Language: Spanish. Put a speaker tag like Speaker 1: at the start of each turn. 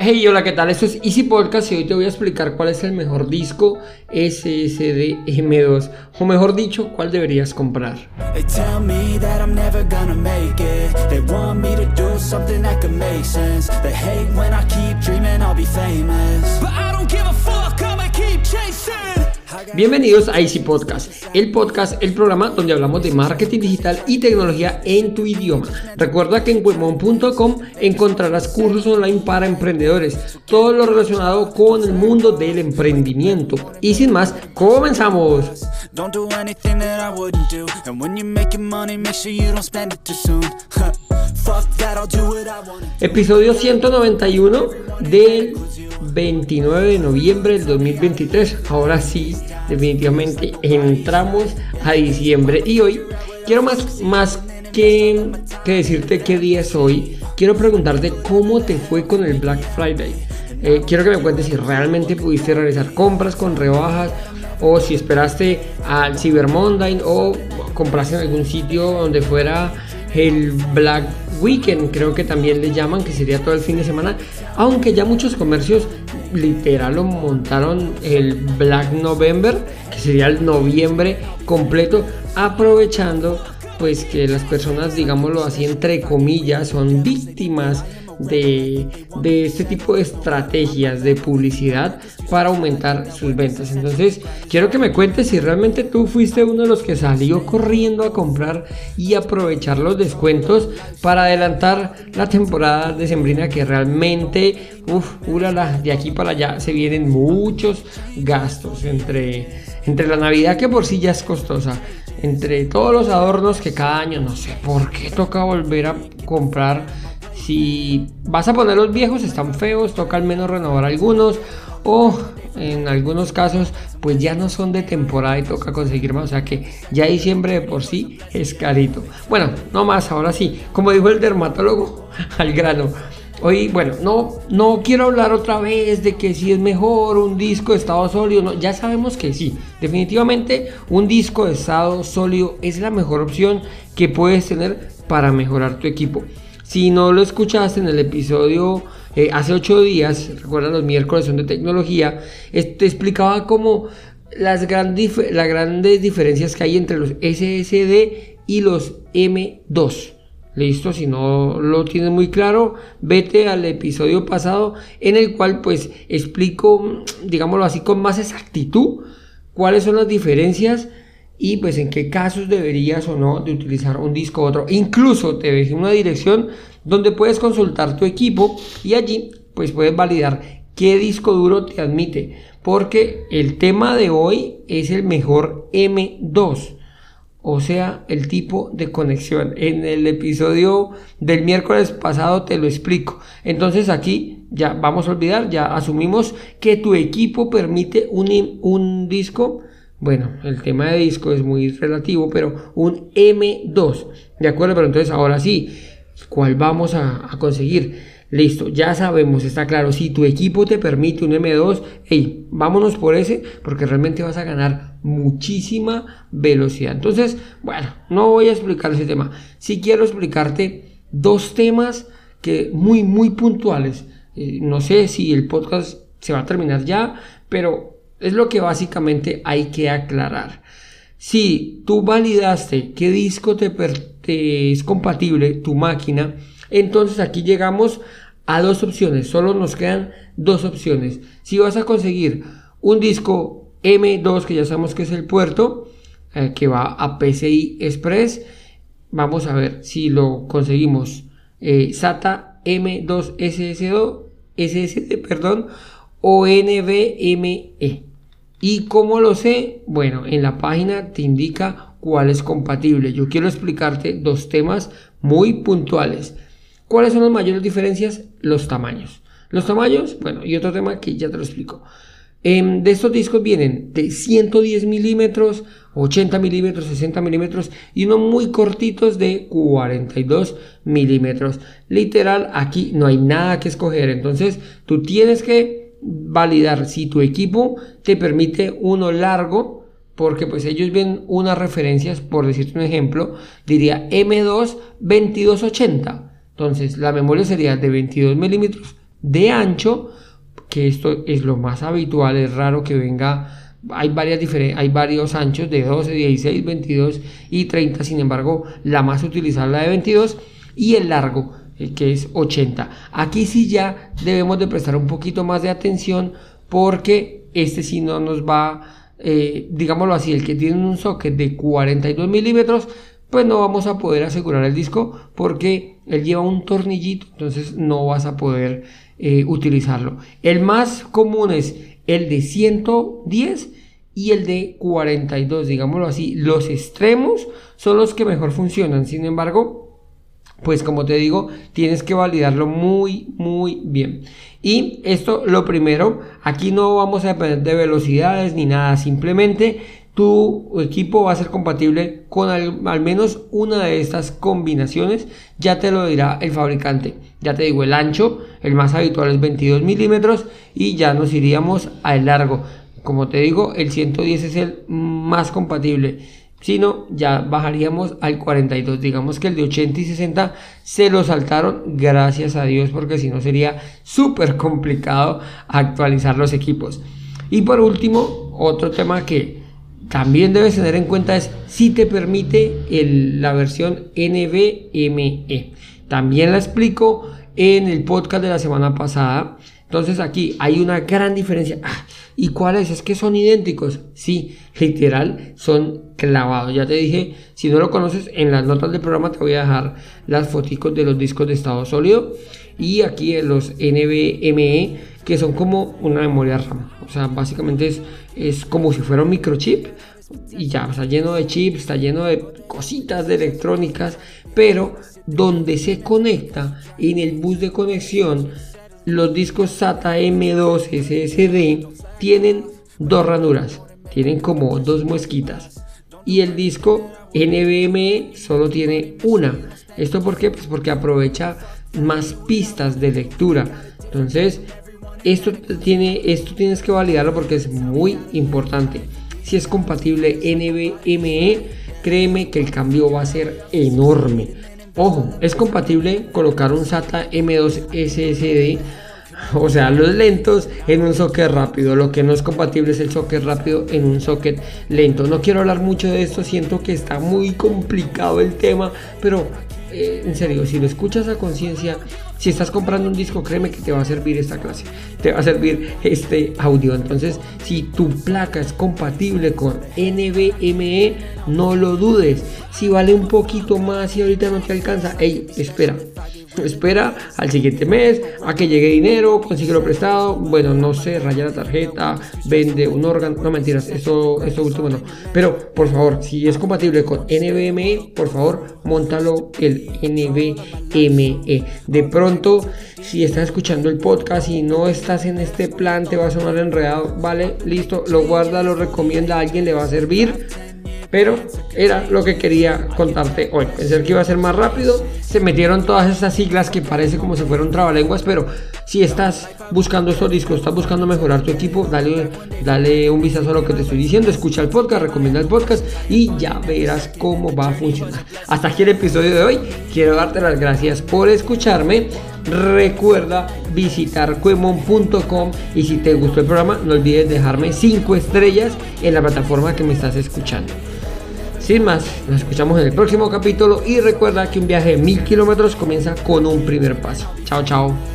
Speaker 1: Hey, hola, ¿qué tal? Esto es Easy Podcast y hoy te voy a explicar cuál es el mejor disco SSD M2, o mejor dicho, cuál deberías comprar. Bienvenidos a Easy Podcast, el programa donde hablamos de marketing digital y tecnología en tu idioma. Recuerda que en webmon.com encontrarás cursos online para emprendedores, todo lo relacionado con el mundo del emprendimiento. Y sin más, comenzamos. Episodio 191 del 29 de noviembre del 2023. Ahora sí, definitivamente entramos a diciembre y hoy quiero más que decirte qué día es hoy. Quiero preguntarte cómo te fue con el Black Friday. Quiero que me cuentes si realmente pudiste realizar compras con rebajas o si esperaste al Cyber Monday o compraste en algún sitio donde fuera el Black Weekend, creo que también le llaman, que sería todo el fin de semana, aunque ya muchos comercios literal lo montaron el Black November, que sería el noviembre completo, aprovechando pues que las personas, digámoslo así entre comillas, son víctimas de este tipo de estrategias de publicidad para aumentar sus ventas. Entonces quiero que me cuentes si realmente tú fuiste uno de los que salió corriendo a comprar y aprovechar los descuentos para adelantar la temporada decembrina, que realmente de aquí para allá se vienen muchos gastos entre la Navidad, que por sí ya es costosa, entre todos los adornos que cada año no sé por qué toca volver a comprar. Si vas a poner los viejos, están feos, toca al menos renovar algunos, o en algunos casos pues ya no son de temporada y toca conseguir más, o sea que ya diciembre de por sí es carito. Bueno, no más, ahora sí, como dijo el dermatólogo, al grano. Hoy, bueno, no quiero hablar otra vez de que si es mejor un disco de estado sólido, no, ya sabemos que sí, definitivamente un disco de estado sólido es la mejor opción que puedes tener para mejorar tu equipo. Si no lo escuchaste en el episodio hace 8 días, recuerda, los miércoles son de tecnología, te explicaba como las grandes diferencias que hay entre los SSD y los M2. Listo, si no lo tienes muy claro, vete al episodio pasado en el cual pues explico, digámoslo así, con más exactitud cuáles son las diferencias y pues en qué casos deberías o no de utilizar un disco u otro. Incluso te dejé una dirección donde puedes consultar tu equipo y allí pues puedes validar qué disco duro te admite, porque el tema de hoy es el mejor M2, o sea, el tipo de conexión. En el episodio del miércoles pasado te lo explico. Entonces aquí ya vamos a olvidar, ya asumimos que tu equipo permite un disco. Bueno, el tema de disco es muy relativo, pero un M2, ¿de acuerdo? Pero entonces ahora sí, ¿cuál vamos a conseguir? Listo, ya sabemos, está claro, si tu equipo te permite un M2, hey, vámonos por ese, porque realmente vas a ganar muchísima velocidad. Entonces, bueno, no voy a explicar ese tema. Sí quiero explicarte dos temas que muy puntuales. No sé si el podcast se va a terminar ya, pero es lo que básicamente hay que aclarar. Si tú validaste qué disco te es compatible tu máquina, entonces aquí llegamos a dos opciones. Solo nos quedan dos opciones. Si vas a conseguir un disco M2, que ya sabemos que es el puerto que va a PCI Express, vamos a ver si lo conseguimos SATA M2 SSD, o NVMe. ¿Y cómo lo sé? Bueno, en la página te indica cuál es compatible. Yo quiero explicarte dos temas muy puntuales. ¿Cuáles son las mayores diferencias? Los tamaños. Los tamaños, bueno, y otro tema que ya te lo explico. De estos discos vienen de 110 milímetros, 80 milímetros, 60 milímetros y unos muy cortitos de 42 milímetros. Literal, aquí no hay nada que escoger. Entonces, tú tienes que validar si tu equipo te permite uno largo, porque pues ellos ven unas referencias, por decirte un ejemplo, diría M2 2280, entonces la memoria sería de 22 milímetros de ancho, que esto es lo más habitual, es raro que venga. Hay varios anchos de 12, 16, 22 y 30, sin embargo la más utilizada es la de 22, y el largo, que es 80. Aquí sí ya debemos de prestar un poquito más de atención, porque este sí no nos va, digámoslo así, el que tiene un socket de 42 milímetros, pues no vamos a poder asegurar el disco porque él lleva un tornillito, entonces no vas a poder utilizarlo. El más común es el de 110 y el de 42, digámoslo así. Los extremos son los que mejor funcionan, sin embargo, pues como te digo, tienes que validarlo muy bien. Y esto, lo primero, aquí no vamos a depender de velocidades ni nada, simplemente tu equipo va a ser compatible con al menos una de estas combinaciones. Ya te lo dirá el fabricante. Ya te digo, el ancho, el más habitual es 22 milímetros, y ya nos iríamos al largo. Como te digo, el 110 es el más compatible. Si no, ya bajaríamos al 42. Digamos que el de 80 y 60 se lo saltaron, gracias a Dios, porque si no sería súper complicado actualizar los equipos. Y por último, otro tema que también debes tener en cuenta es si te permite la versión NVMe. También la explico en el podcast de la semana pasada. Entonces aquí hay una gran diferencia. ¿Y cuál es? Es que son idénticos. Sí, literal, son clavados. Ya te dije, si no lo conoces, en las notas del programa te voy a dejar las fotos de los discos de estado sólido. Y aquí los NVMe, que son como una memoria RAM. O sea, básicamente es como si fuera un microchip. Y ya, está lleno de chips, está lleno de cositas de electrónicas. Pero donde se conecta, en el bus de conexión, los discos SATA M2 SSD tienen dos ranuras, tienen como dos muesquitas, y el disco NVMe solo tiene una. ¿Esto por qué? Pues porque aprovecha más pistas de lectura. Entonces esto tienes que validarlo porque es muy importante. Si es compatible NVMe, créeme que el cambio va a ser enorme. Ojo, es compatible colocar un SATA M2 SSD, o sea, los lentos, en un socket rápido. Lo que no es compatible es el socket rápido en un socket lento. No quiero hablar mucho de esto, siento que está muy complicado el tema, pero en serio, si lo escuchas a conciencia, si estás comprando un disco, créeme que te va a servir esta clase, te va a servir este audio. Entonces, si tu placa es compatible con NVMe, no lo dudes. Si vale un poquito más y ahorita no te alcanza, espera al siguiente mes, a que llegue dinero, consíguelo prestado, bueno, no sé, raya la tarjeta, vende un órgano, no, mentiras, eso último no, pero por favor, si es compatible con NVMe, por favor, móntalo el NVMe. De pronto, si estás escuchando el podcast y no estás en este plan, te va a sonar enredado, vale, listo, lo guarda, lo recomienda, a alguien le va a servir. Pero era lo que quería contarte hoy. Pensé que iba a ser más rápido. Se metieron todas estas siglas que parece como si fuera un trabalenguas. Pero si estás buscando estos discos, estás buscando mejorar tu equipo, dale un vistazo a lo que te estoy diciendo. Escucha el podcast, recomienda el podcast y ya verás cómo va a funcionar. Hasta aquí el episodio de hoy. Quiero darte las gracias por escucharme. Recuerda visitar cuemon.com y si te gustó el programa, no olvides dejarme 5 estrellas en la plataforma que me estás escuchando. Sin más, nos escuchamos en el próximo capítulo y recuerda que un viaje de 1000 kilómetros comienza con un primer paso. Chao, chao.